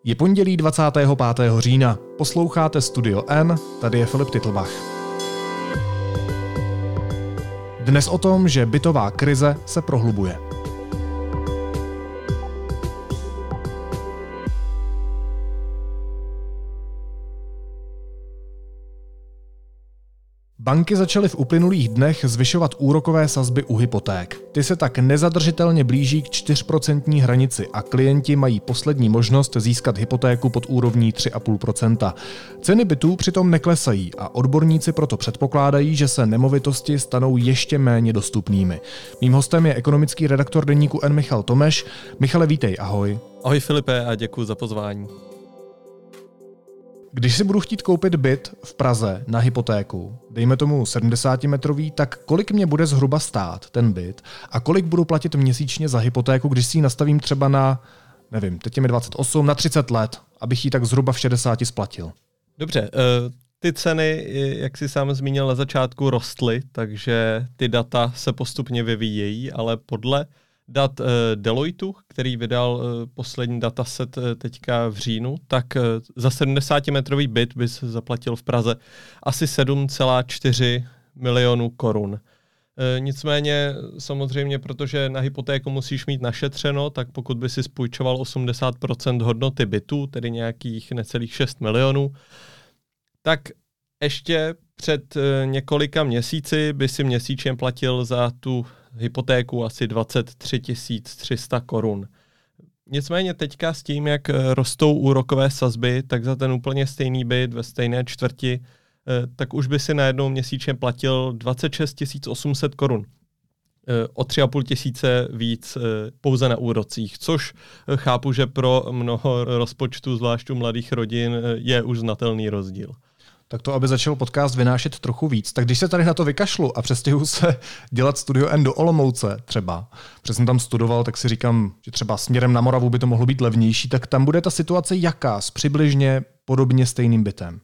Je pondělí 25. října. Posloucháte Studio N, tady je Filip Titlbach. Dnes o tom, že bytová krize se prohlubuje. Banky začaly v uplynulých dnech zvyšovat úrokové sazby u hypoték. Ty se tak nezadržitelně blíží k 4% hranici a klienti mají poslední možnost získat hypotéku pod úrovní 3,5%. Ceny bytů přitom neklesají a odborníci proto předpokládají, že se nemovitosti stanou ještě méně dostupnými. Mým hostem je ekonomický redaktor deníku N Michal Tomeš. Michale, vítej, ahoj. Ahoj Filipe a děkuji za pozvání. Když si budu chtít koupit byt v Praze na hypotéku, dejme tomu 70metrový, tak kolik mě bude zhruba stát ten byt a kolik budu platit měsíčně za hypotéku, když si ji nastavím třeba na, nevím, teď je mi 28, na 30 let, abych ji tak zhruba v 60 splatil? Dobře, ty ceny, jak jsi sám zmínil na začátku, rostly, takže ty data se postupně vyvíjejí, ale podle dat Deloitu, který vydal poslední dataset teďka v říjnu, tak za 70metrový byt bys zaplatil v Praze asi 7,4 milionů korun. Nicméně samozřejmě, protože na hypotéku musíš mít našetřeno, tak pokud by si spůjčoval 80% hodnoty bytu, tedy nějakých necelých 6 milionů, tak ještě před několika měsíci by si měsíčně platil za tu hypotéku asi 23 300 korun. Nicméně teďka s tím, jak rostou úrokové sazby, tak za ten úplně stejný byt ve stejné čtvrti, tak už by si najednou měsíčně platil 26 800 korun. O 3,5 tisíce víc pouze na úrocích, což chápu, že pro mnoho rozpočtů, zvlášť u mladých rodin, je už znatelný rozdíl. Tak to, aby začal podcast vynášet trochu víc. Tak když se tady na to vykašlu a přestěhuji se dělat Studio N do Olomouce třeba, protože jsem tam studoval, tak si říkám, že třeba směrem na Moravu by to mohlo být levnější, tak tam bude ta situace jaká s přibližně podobně stejným bytem?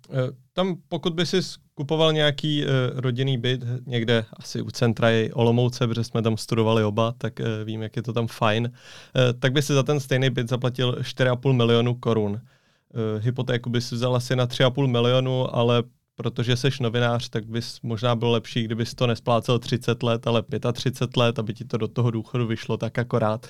Tam pokud by si kupoval nějaký rodinný byt někde asi u centra Olomouce, protože jsme tam studovali oba, tak vím, jak je to tam fajn, tak by si za ten stejný byt zaplatil 4,5 milionu korun. Hypotéku bys vzal asi na 3,5 milionu, ale protože seš novinář, tak bys možná byl lepší, kdybys to nesplácel 30 let, ale 35 let, aby ti to do toho důchodu vyšlo tak akorát.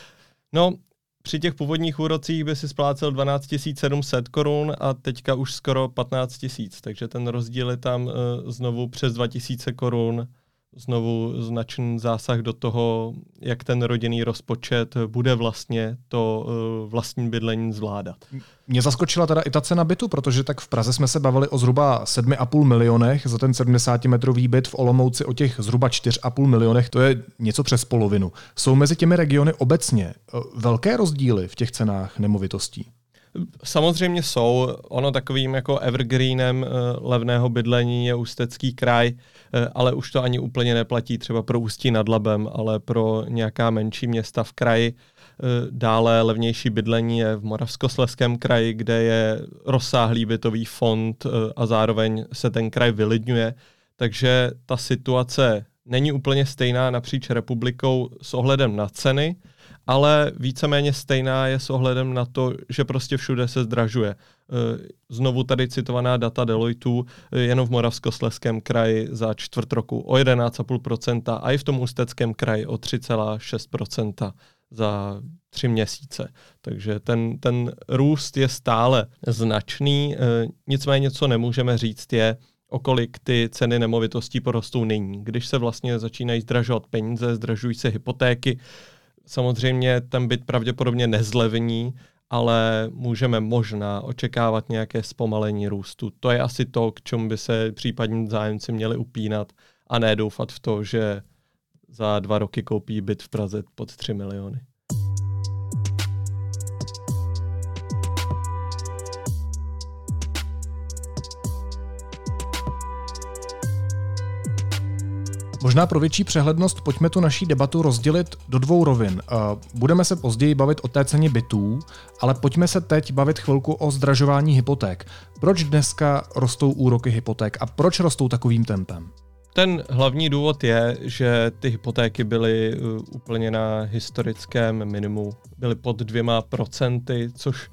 No, při těch původních úrocích by si splácel 12 700 korun a teďka už skoro 15 000, takže ten rozdíl je tam znovu přes 2 000 korun. Znovu značný zásah do toho, jak ten rodinný rozpočet bude vlastně to vlastní bydlení zvládat. Mě zaskočila teda i ta cena bytu, protože tak v Praze jsme se bavili o zhruba 7,5 milionech za ten 70metrový byt, v Olomouci o těch zhruba 4,5 milionech, to je něco přes polovinu. Jsou mezi těmi regiony obecně velké rozdíly v těch cenách nemovitostí? Samozřejmě jsou. Ono takovým jako evergreenem levného bydlení je Ústecký kraj, ale už to ani úplně neplatí třeba pro Ústí nad Labem, ale pro nějaká menší města v kraji. Dále levnější bydlení je v Moravskoslezském kraji, kde je rozsáhlý bytový fond a zároveň se ten kraj vylidňuje. Takže ta situace není úplně stejná napříč republikou s ohledem na ceny, ale víceméně stejná je s ohledem na to, že prostě všude se zdražuje. Znovu tady citovaná data Deloitu, jenom v Moravskoslezském kraji za čtvrt roku o 11,5% a i v tom Ústeckém kraji o 3,6% za 3 měsíce. Takže ten růst je stále značný, nicméně co nemůžeme říct je, o kolik ty ceny nemovitostí porostou nyní. Když se vlastně začínají zdražovat peníze, zdražují se hypotéky, samozřejmě ten byt pravděpodobně nezlevní, ale můžeme možná očekávat nějaké zpomalení růstu. To je asi to, k čemu by se případní zájemci měli upínat a ne doufat v to, že za 2 roky koupí byt v Praze pod 3 miliony. Možná pro větší přehlednost pojďme tu naší debatu rozdělit do 2 rovin. Budeme se později bavit o té ceně bytů, ale pojďme se teď bavit chvilku o zdražování hypoték. Proč dneska rostou úroky hypoték a proč rostou takovým tempem? Ten hlavní důvod je, že ty hypotéky byly úplně na historickém minimu, byly pod 2%, což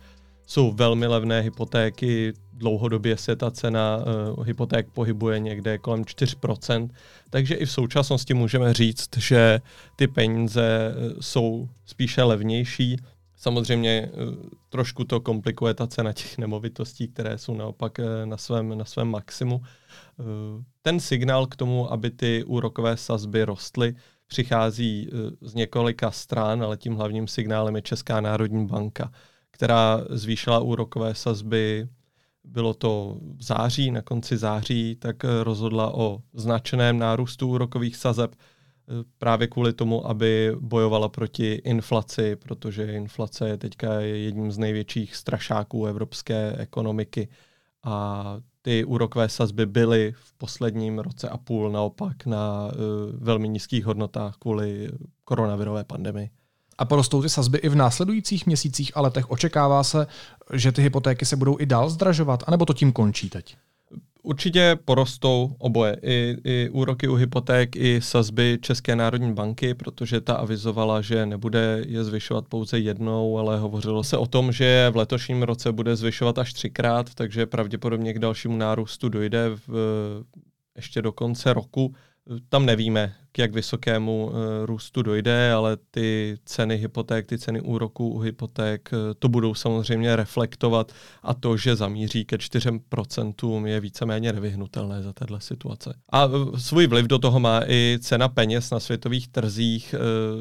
jsou velmi levné hypotéky, dlouhodobě se ta cena hypoték pohybuje někde kolem 4%, takže i v současnosti můžeme říct, že ty peníze jsou spíše levnější. Samozřejmě trošku to komplikuje ta cena těch nemovitostí, které jsou naopak na svém maximu. Ten signál k tomu, aby ty úrokové sazby rostly, přichází z několika stran, ale tím hlavním signálem je Česká národní banka, která zvýšila úrokové sazby, bylo to v září, na konci září, tak rozhodla o značném nárůstu úrokových sazeb právě kvůli tomu, aby bojovala proti inflaci, protože inflace je teďka jedním z největších strašáků evropské ekonomiky a ty úrokové sazby byly v posledním roce a půl naopak na velmi nízkých hodnotách kvůli koronavirové pandemii. A porostou ty sazby i v následujících měsících a letech? Očekává se, že ty hypotéky se budou i dál zdražovat, anebo to tím končí teď? Určitě porostou oboje. I úroky u hypoték, i sazby České národní banky, protože ta avizovala, že nebude je zvyšovat pouze jednou, ale hovořilo se o tom, že v letošním roce bude zvyšovat až 3krát, takže pravděpodobně k dalšímu nárůstu dojde ještě do konce roku. Tam nevíme, k jak vysokému růstu dojde, ale ty ceny hypoték, ty ceny úroků u hypoték, to budou samozřejmě reflektovat a to, že zamíří ke 4%, je víceméně nevyhnutelné za téhle situace. A svůj vliv do toho má i cena peněz na světových trzích,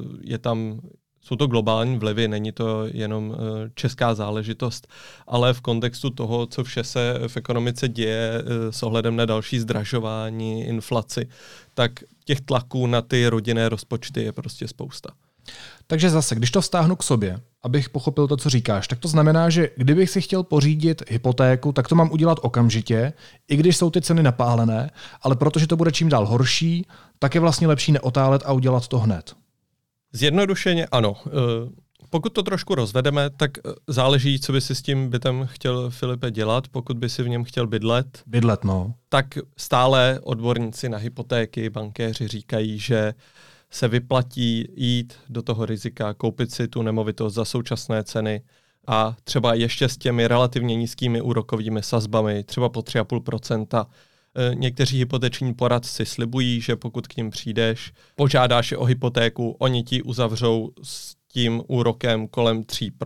jsou to globální vlivy, není to jenom česká záležitost, ale v kontextu toho, co vše se v ekonomice děje s ohledem na další zdražování, inflaci, tak těch tlaků na ty rodinné rozpočty je prostě spousta. Takže zase, když to vztáhnu k sobě, abych pochopil to, co říkáš, tak to znamená, že kdybych si chtěl pořídit hypotéku, tak to mám udělat okamžitě, i když jsou ty ceny napálené, ale protože to bude čím dál horší, tak je vlastně lepší neotálet a udělat to hned. Zjednodušeně ano. Pokud to trošku rozvedeme, tak záleží, co by si s tím bytem chtěl, Filipe, dělat. Pokud by si v něm chtěl bydlet, tak stále odborníci na hypotéky, bankéři říkají, že se vyplatí jít do toho rizika, koupit si tu nemovitost za současné ceny a třeba ještě s těmi relativně nízkými úrokovými sazbami, třeba po 3,5%. Někteří hypoteční poradci slibují, že pokud k nim přijdeš, požádáš je o hypotéku, oni ti uzavřou s tím úrokem kolem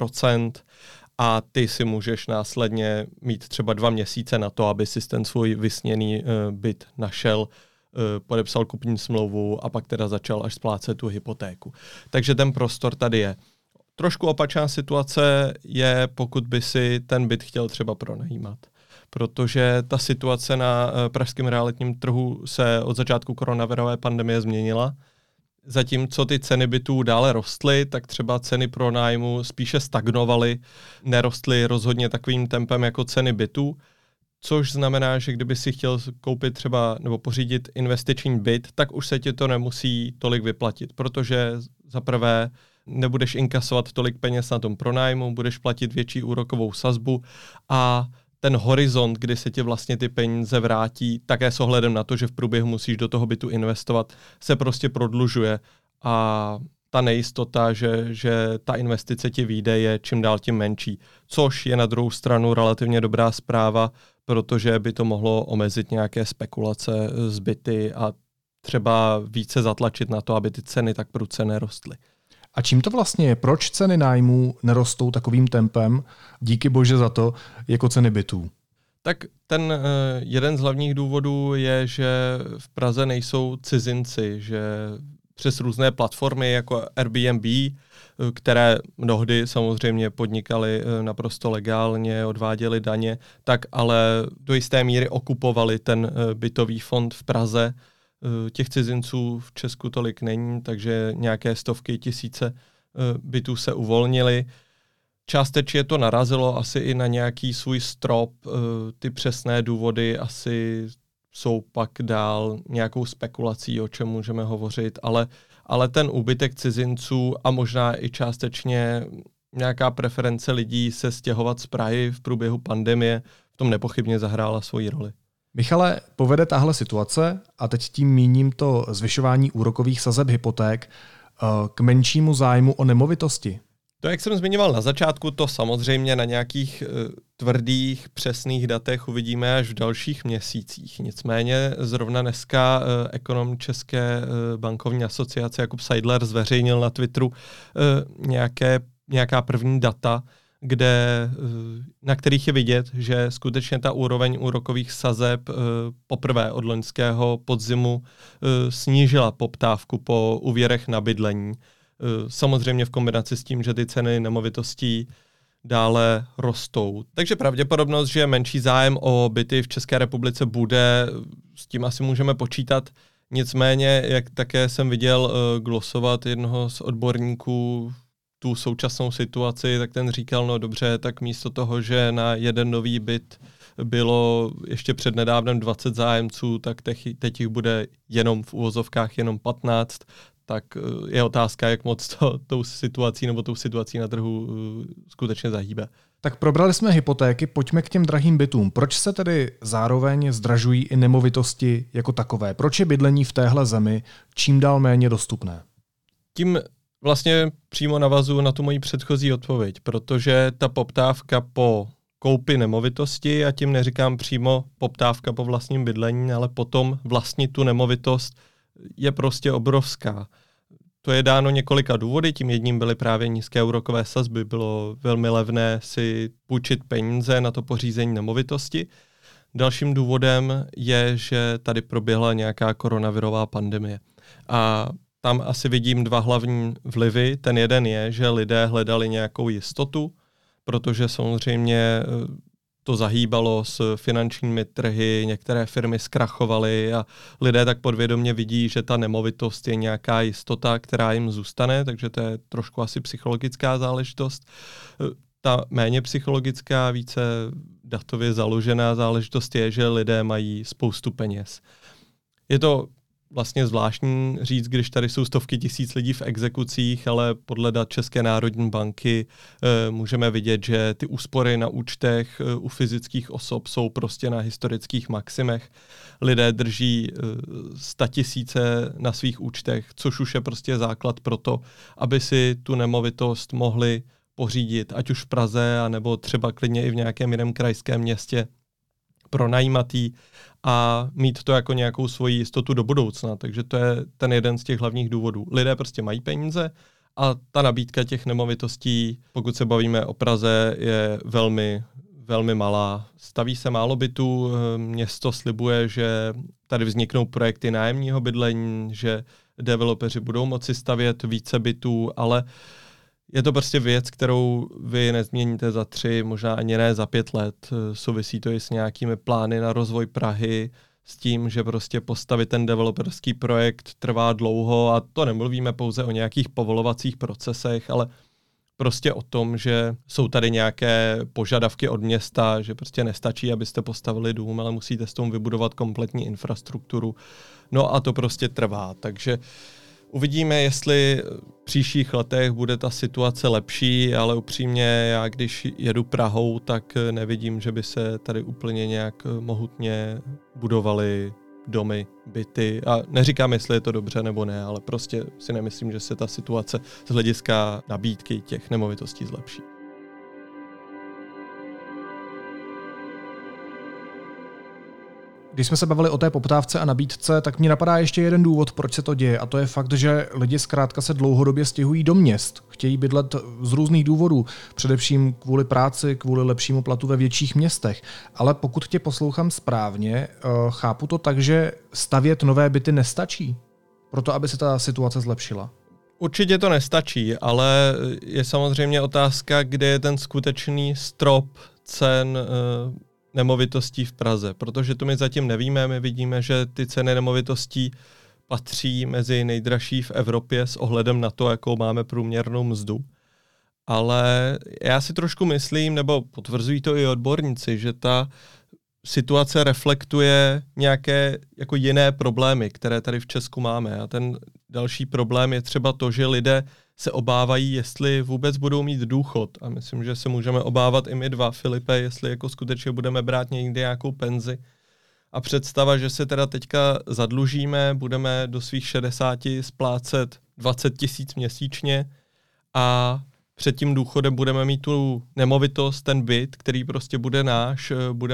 3% a ty si můžeš následně mít třeba 2 měsíce na to, aby si ten svůj vysněný byt našel, podepsal kupní smlouvu a pak teda začal až splácet tu hypotéku. Takže ten prostor tady je. Trošku opačná situace je, pokud by si ten byt chtěl třeba pronajímat. Protože ta situace na pražském realitním trhu se od začátku koronavirové pandemie změnila. Zatímco ty ceny bytů dále rostly, tak třeba ceny pronájmu spíše stagnovaly, nerostly rozhodně takovým tempem jako ceny bytů, což znamená, že kdyby si chtěl koupit třeba nebo pořídit investiční byt, tak už se ti to nemusí tolik vyplatit, protože za prvé nebudeš inkasovat tolik peněz na tom pronájmu, budeš platit větší úrokovou sazbu a ten horizont, kdy se ti vlastně ty peníze vrátí, také s ohledem na to, že v průběhu musíš do toho bytu investovat, se prostě prodlužuje a ta nejistota, že ta investice ti vyjde, je čím dál tím menší. Což je na druhou stranu relativně dobrá zpráva, protože by to mohlo omezit nějaké spekulace s byty a třeba více zatlačit na to, aby ty ceny tak prudce nerostly. A čím to vlastně je? Proč ceny nájmů nerostou takovým tempem, díky bože za to, jako ceny bytů? Tak ten jeden z hlavních důvodů je, že v Praze nejsou cizinci, že přes různé platformy jako Airbnb, které mnohdy samozřejmě podnikaly naprosto legálně, odváděly daně, tak ale do jisté míry okupovali ten bytový fond v Praze. Těch cizinců v Česku tolik není, takže nějaké stovky, tisíce bytů se uvolnily. Částečně to narazilo asi i na nějaký svůj strop. Ty přesné důvody asi jsou pak dál nějakou spekulací, o čem můžeme hovořit, ale ten úbytek cizinců a možná i částečně nějaká preference lidí se stěhovat z Prahy v průběhu pandemie v tom nepochybně zahrála svoji roli. Michale, povede tahle situace, a teď tím míním to zvyšování úrokových sazeb hypoték, k menšímu zájmu o nemovitosti? To, jak jsem zmiňoval na začátku, to samozřejmě na nějakých tvrdých, přesných datech uvidíme až v dalších měsících. Nicméně zrovna dneska ekonom České bankovní asociace Jakub Seidler zveřejnil na Twitteru nějaká první data, na kterých je vidět, že skutečně ta úroveň úrokových sazeb poprvé od loňského podzimu snížila poptávku po úvěrech na bydlení. Samozřejmě v kombinaci s tím, že ty ceny nemovitostí dále rostou. Takže pravděpodobnost, že menší zájem o byty v České republice bude, s tím asi můžeme počítat. Nicméně, jak také jsem viděl glosovat jednoho z odborníků tu současnou situaci, tak ten říkal, no dobře, tak místo toho, že na jeden nový byt bylo ještě přednedávnem 20 zájemců, tak teď jich bude jenom v uvozovkách jenom 15, tak je otázka, jak moc tou situací na trhu skutečně zahýbe. Tak probrali jsme hypotéky, pojďme k těm drahým bytům. Proč se tedy zároveň zdražují i nemovitosti jako takové? Proč je bydlení v téhle zemi čím dál méně dostupné? Tím vlastně přímo navazuju na tu moji předchozí odpověď, protože ta poptávka po koupi nemovitosti, a tím neříkám přímo poptávka po vlastním bydlení, ale potom vlastnit tu nemovitost, je prostě obrovská. To je dáno několika důvody, tím jedním byly právě nízké úrokové sazby, bylo velmi levné si půjčit peníze na to pořízení nemovitosti. Dalším důvodem je, že tady proběhla nějaká koronavirová pandemie. A tam asi vidím dva hlavní vlivy. Ten jeden je, že lidé hledali nějakou jistotu, protože samozřejmě to zahýbalo s finančními trhy, některé firmy zkrachovaly a lidé tak podvědomě vidí, že ta nemovitost je nějaká jistota, která jim zůstane, takže to je trošku asi psychologická záležitost. Ta méně psychologická, více datově založená záležitost je, že lidé mají spoustu peněz. Je to vlastně zvláštní říct, když tady jsou stovky tisíc lidí v exekucích, ale podle dat České národní banky můžeme vidět, že ty úspory na účtech u fyzických osob jsou prostě na historických maximech. Lidé drží 100 000 na svých účtech, což už je prostě základ pro to, aby si tu nemovitost mohli pořídit, ať už v Praze, anebo třeba klidně i v nějakém jiném krajském městě, pronajímat ji a mít to jako nějakou svoji jistotu do budoucna. Takže to je ten jeden z těch hlavních důvodů. Lidé prostě mají peníze a ta nabídka těch nemovitostí, pokud se bavíme o Praze, je velmi, velmi malá. Staví se málo bytů, město slibuje, že tady vzniknou projekty nájemního bydlení, že developeři budou moci stavět více bytů, ale je to prostě věc, kterou vy nezměníte za 3, možná ani ne za 5 let. Souvisí to i s nějakými plány na rozvoj Prahy, s tím, že prostě postavit ten developerský projekt trvá dlouho a to nemluvíme pouze o nějakých povolovacích procesech, ale prostě o tom, že jsou tady nějaké požadavky od města, že prostě nestačí, abyste postavili dům, ale musíte s tomu vybudovat kompletní infrastrukturu. No a to prostě trvá, takže uvidíme, jestli v příštích letech bude ta situace lepší, ale upřímně já, když jedu Prahou, tak nevidím, že by se tady úplně nějak mohutně budovaly domy, byty. A neříkám, jestli je to dobře nebo ne, ale prostě si nemyslím, že se ta situace z hlediska nabídky těch nemovitostí zlepší. Když jsme se bavili o té poptávce a nabídce, tak mě napadá ještě jeden důvod, proč se to děje, a to je fakt, že lidi zkrátka se dlouhodobě stěhují do měst. Chtějí bydlet z různých důvodů, především kvůli práci, kvůli lepšímu platu ve větších městech. Ale pokud tě poslouchám správně, chápu to tak, že stavět nové byty nestačí proto, aby se ta situace zlepšila. Určitě to nestačí, ale je samozřejmě otázka, kde je ten skutečný strop cen nemovitostí v Praze, protože to my zatím nevíme, my vidíme, že ty ceny nemovitostí patří mezi nejdražší v Evropě s ohledem na to, jakou máme průměrnou mzdu. Ale já si trošku myslím, nebo potvrzují to i odborníci, že ta situace reflektuje nějaké jako jiné problémy, které tady v Česku máme. A ten další problém je třeba to, že lidé se obávají, jestli vůbec budou mít důchod. A myslím, že se můžeme obávat i my dva, Filipe, jestli jako skutečně budeme brát někdy nějakou penzi. A představa, že se teda teďka zadlužíme, budeme do svých 60 splácet 20 000 měsíčně a před tím důchodem budeme mít tu nemovitost, ten byt, který prostě bude náš,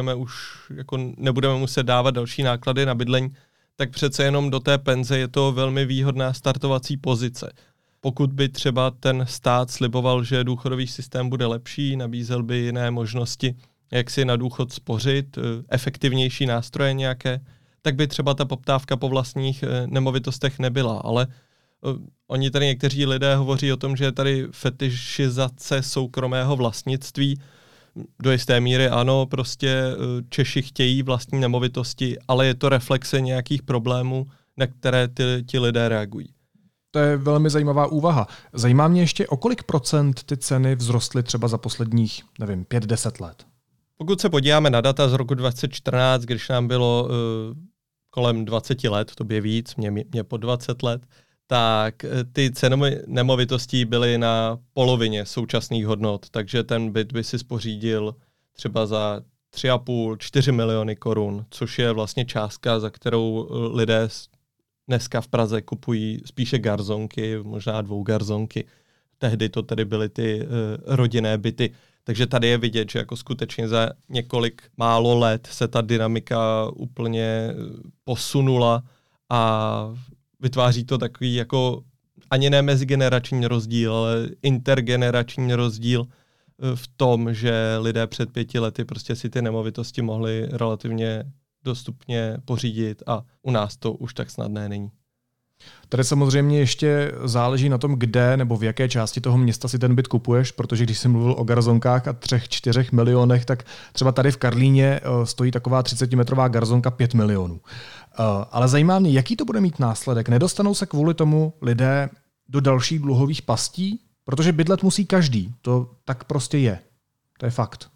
nebudeme muset dávat další náklady na bydlení, tak přece jenom do té penze je to velmi výhodná startovací pozice. Pokud by třeba ten stát sliboval, že důchodový systém bude lepší, nabízel by jiné možnosti, jak si na důchod spořit, efektivnější nástroje nějaké, tak by třeba ta poptávka po vlastních nemovitostech nebyla. Ale oni tady někteří lidé hovoří o tom, že je tady fetišizace soukromého vlastnictví. Do jisté míry ano, prostě Češi chtějí vlastní nemovitosti, ale je to reflexe nějakých problémů, na které ti lidé reagují. To je velmi zajímavá úvaha. Zajímá mě ještě, o kolik procent ty ceny vzrostly třeba za posledních, 5-10 let? Pokud se podíváme na data z roku 2014, když nám bylo kolem 20 let, to by víc, mě po 20 let, tak ty ceny nemovitostí byly na polovině současných hodnot, takže ten byt by si spořídil třeba za 3,5-4 miliony korun, což je vlastně částka, za kterou lidé dneska v Praze kupují spíše garzonky, možná dvougarzonky. Tehdy to tedy byly ty rodinné byty. Takže tady je vidět, že jako skutečně za několik málo let se ta dynamika úplně posunula a vytváří to takový jako ani ne mezigenerační rozdíl, ale intergenerační rozdíl v tom, že lidé před 5 lety prostě si ty nemovitosti mohli relativně dostupně pořídit a u nás to už tak snadné není. Tady samozřejmě ještě záleží na tom, kde nebo v jaké části toho města si ten byt kupuješ, protože když jsi mluvil o garzonkách a 3-4 milionech, tak třeba tady v Karlíně stojí taková 30-metrová garzonka 5 milionů. Ale zajímá mě, jaký to bude mít následek. Nedostanou se kvůli tomu lidé do dalších dluhových pastí? Protože bydlet musí každý. To tak prostě je. To je fakt.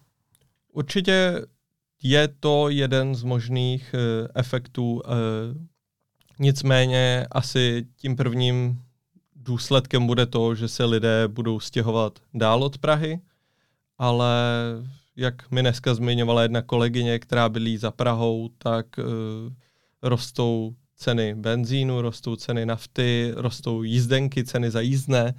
Určitě je to jeden z možných efektů. Nicméně asi tím prvním důsledkem bude to, že se lidé budou stěhovat dál od Prahy, ale jak mi dneska zmiňovala jedna kolegyně, která bydlí za Prahou, tak rostou ceny benzínu, rostou ceny nafty, rostou jízdenky, ceny za jízdné,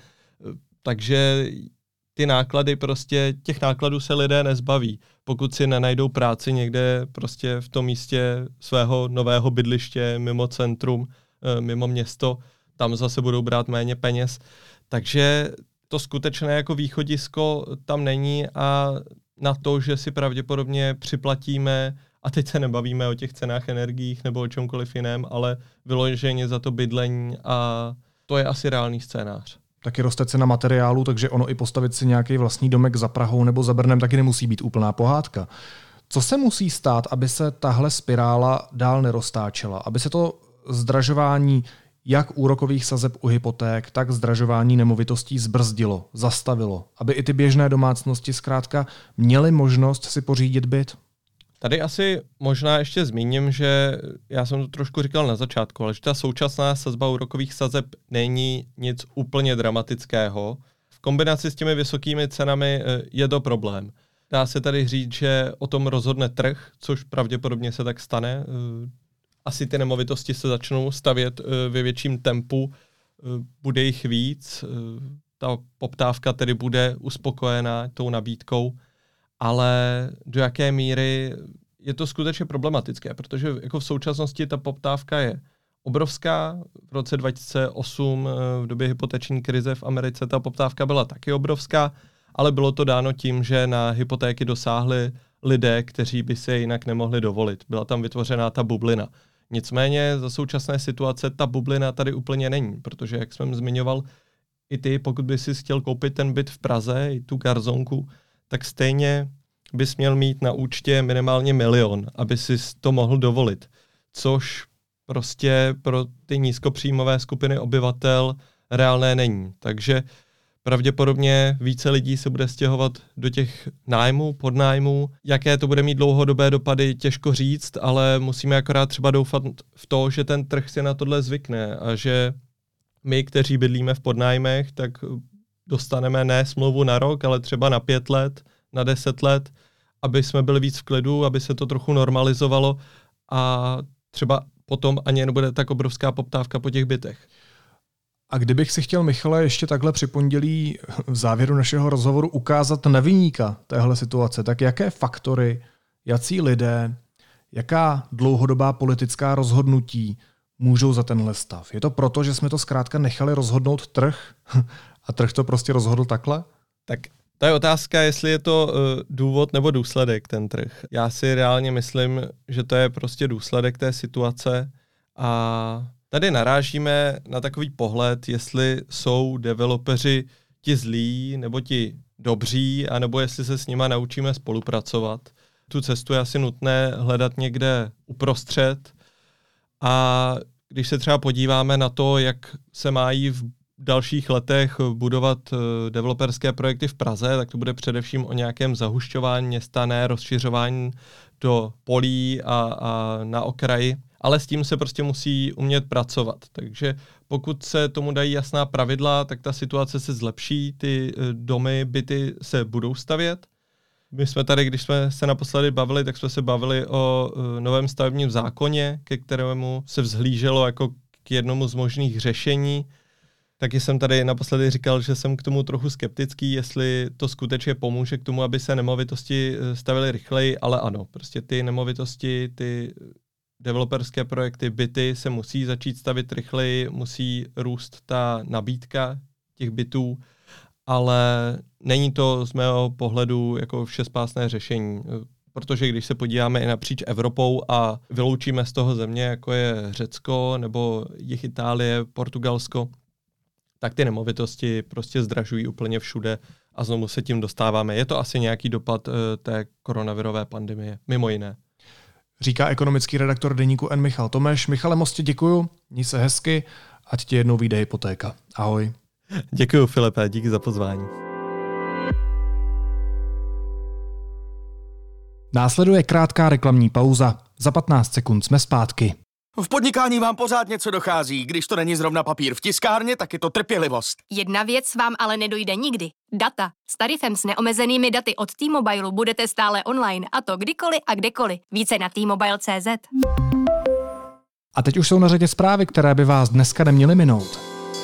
takže ty náklady prostě, těch nákladů se lidé nezbaví. Pokud si nenajdou práci někde prostě v tom místě svého nového bydliště, mimo centrum, mimo město, tam zase budou brát méně peněz. Takže to skutečné jako východisko tam není a na to, že si pravděpodobně připlatíme, a teď se nebavíme o těch cenách energiích nebo o čemkoliv jiném, ale vyloženě za to bydlení a to je asi reálný scénář. Taky roste cena materiálu, takže ono i postavit si nějaký vlastní domek za Prahou nebo za Brnem taky nemusí být úplná pohádka. Co se musí stát, aby se tahle spirála dál neroztáčela? Aby se to zdražování jak úrokových sazeb u hypoték, tak zdražování nemovitostí zbrzdilo, zastavilo? Aby i ty běžné domácnosti zkrátka měly možnost si pořídit byt? Tady asi možná ještě zmíním, že já jsem to trošku říkal na začátku, ale že ta současná sazba úrokových sazeb není nic úplně dramatického. V kombinaci s těmi vysokými cenami je to problém. Dá se tady říct, že o tom rozhodne trh, což pravděpodobně se tak stane. Asi ty nemovitosti se začnou stavět ve větším tempu, bude jich víc, ta poptávka tedy bude uspokojená tou nabídkou, ale do jaké míry je to skutečně problematické, protože jako v současnosti ta poptávka je obrovská. V roce 2008 v době hypoteční krize v Americe ta poptávka byla taky obrovská, ale bylo to dáno tím, že na hypotéky dosáhli lidé, kteří by se jinak nemohli dovolit. Byla tam vytvořená ta bublina. Nicméně za současné situace ta bublina tady úplně není, protože jak jsem zmiňoval, i ty, pokud by si chtěl koupit ten byt v Praze, i tu garzonku, tak stejně bys měl mít na účtě minimálně 1 milion, aby si to mohl dovolit. Což prostě pro ty nízkopříjmové skupiny obyvatel reálné není. Takže pravděpodobně více lidí se bude stěhovat do těch nájmů, podnájmů. Jaké to bude mít dlouhodobé dopady, těžko říct, ale musíme akorát třeba doufat v to, že ten trh si na tohle zvykne a že my, kteří bydlíme v podnájmech, tak dostaneme ne smlouvu na rok, ale třeba na 5 let, na 10 let, aby jsme byli víc v klidu, aby se to trochu normalizovalo a třeba potom ani nebude tak obrovská poptávka po těch bytech. A kdybych si chtěl, Michale, ještě takhle při pondělí v závěru našeho rozhovoru ukázat na viníka téhle situace, tak jaké faktory, jací lidé, jaká dlouhodobá politická rozhodnutí můžou za tenhle stav? Je to proto, že jsme to zkrátka nechali rozhodnout trh a trh to prostě rozhodl takhle? Tak to je otázka, jestli je to důvod nebo důsledek ten trh. Já si reálně myslím, že to je prostě důsledek té situace a tady narážíme na takový pohled, jestli jsou developeři ti zlí nebo ti dobří, anebo jestli se s nima naučíme spolupracovat. Tu cestu je asi nutné hledat někde uprostřed a když se třeba podíváme na to, jak se mají v dalších letech budovat developerské projekty v Praze, tak to bude především o nějakém zahušťování města, ne rozšiřování do polí a na okraji. Ale s tím se prostě musí umět pracovat. Takže pokud se tomu dají jasná pravidla, tak ta situace se zlepší, ty domy, byty se budou stavět. My jsme tady, když jsme se naposledy bavili, tak jsme se bavili o novém stavebním zákoně, ke kterému se vzhlíželo jako k jednomu z možných řešení. Taky jsem tady naposledy říkal, že jsem k tomu trochu skeptický, jestli to skutečně pomůže k tomu, aby se nemovitosti stavily rychleji, ale ano, prostě ty nemovitosti, ty developerské projekty, byty se musí začít stavit rychleji, musí růst ta nabídka těch bytů, ale není to z mého pohledu jako všespásné řešení, protože když se podíváme i napříč Evropou a vyloučíme z toho země, jako je Řecko nebo jih Itálie, Portugalsko, tak ty nemovitosti prostě zdražují úplně všude a znovu se tím dostáváme. Je to asi nějaký dopad té koronavirové pandemie, mimo jiné. Říká ekonomický redaktor deníku N. Michal Tomeš. Michale, moc ti děkuju, měj se hezky, ať ti jednou vyjde hypotéka. Ahoj. Děkuju, Filipe, díky za pozvání. Následuje krátká reklamní pauza. Za 15 sekund jsme zpátky. V podnikání vám pořád něco dochází. Když to není zrovna papír v tiskárně, tak je to trpělivost. Jedna věc vám ale nedojde nikdy. Data. S tarifem s neomezenými daty od T-Mobile budete stále online, a to kdykoliv a kdekoliv. Více na T-Mobile.cz. A teď už jsou na řadě zprávy, které by vás dneska neměly minout.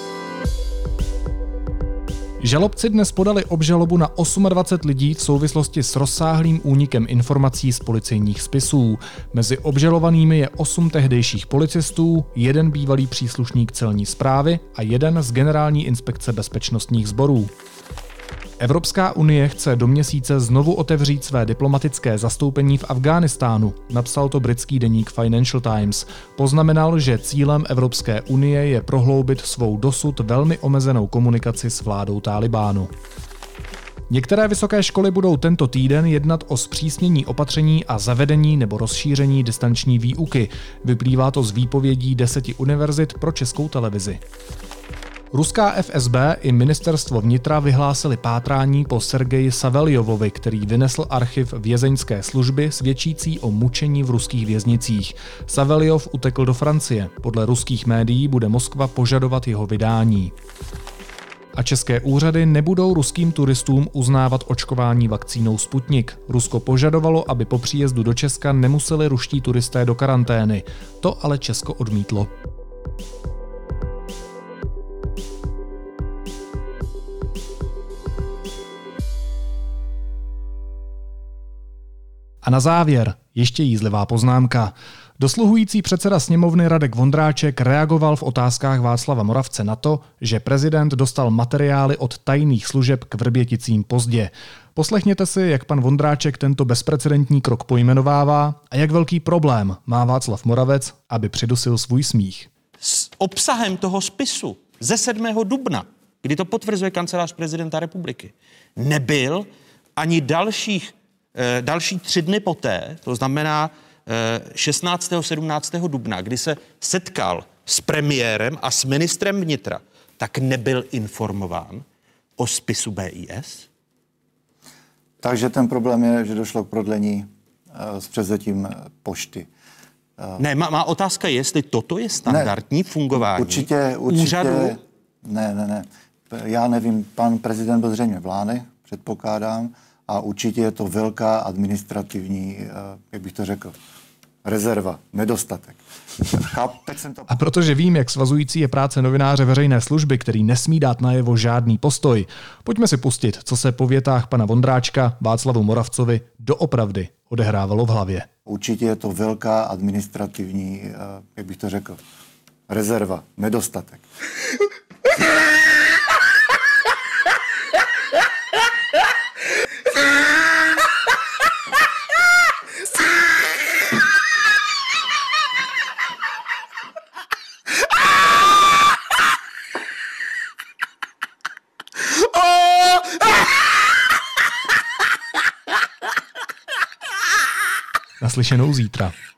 Žalobci dnes podali obžalobu na 28 lidí v souvislosti s rozsáhlým únikem informací z policejních spisů. Mezi obžalovanými je 8 tehdejších policistů, 1 bývalý příslušník celní správy a 1 z Generální inspekce bezpečnostních sborů. Evropská unie chce do měsíce znovu otevřít své diplomatické zastoupení v Afghánistánu, napsal to britský deník Financial Times. Poznamenal, že cílem Evropské unie je prohloubit svou dosud velmi omezenou komunikaci s vládou Tálibánu. Některé vysoké školy budou tento týden jednat o zpřísnění opatření a zavedení nebo rozšíření distanční výuky. Vyplývá to z výpovědí 10 univerzit pro Českou televizi. Ruská FSB i ministerstvo vnitra vyhlásili pátrání po Sergeji Saveljovovi, který vynesl archiv vězeňské služby svědčící o mučení v ruských věznicích. Saveljov utekl do Francie. Podle ruských médií bude Moskva požadovat jeho vydání. A české úřady nebudou ruským turistům uznávat očkování vakcínou Sputnik. Rusko požadovalo, aby po příjezdu do Česka nemuseli ruští turisté do karantény. To ale Česko odmítlo. A na závěr ještě jízlivá poznámka. Dosluhující předseda sněmovny Radek Vondráček reagoval v otázkách Václava Moravce na to, že prezident dostal materiály od tajných služeb k Vrběticím pozdě. Poslechněte si, jak pan Vondráček tento bezprecedentní krok pojmenovává a jak velký problém má Václav Moravec, aby přidusil svůj smích. S obsahem toho spisu ze 7. dubna, kdy to potvrzuje kancelář prezidenta republiky, nebyl ani další 3 dny poté, to znamená 16. 17. dubna, kdy se setkal s premiérem a s ministrem vnitra, tak nebyl informován o spisu BIS? Takže ten problém je, že došlo k prodlení s převzetím pošty. Ne, má otázka je, jestli toto je standardní fungování určitě, úřadu? Ne. Já nevím, pan prezident byl zřejmě v Lány, předpokládám, a určitě je to velká administrativní, jak bych to řekl, rezerva, nedostatek. A protože vím, jak svazující je práce novináře veřejné služby, který nesmí dát najevo žádný postoj, pojďme si pustit, co se po větách pana Vondráčka Václavu Moravcovi doopravdy odehrávalo v hlavě. Určitě je to velká administrativní, jak bych to řekl, rezerva, nedostatek. Naslyšenou zítra.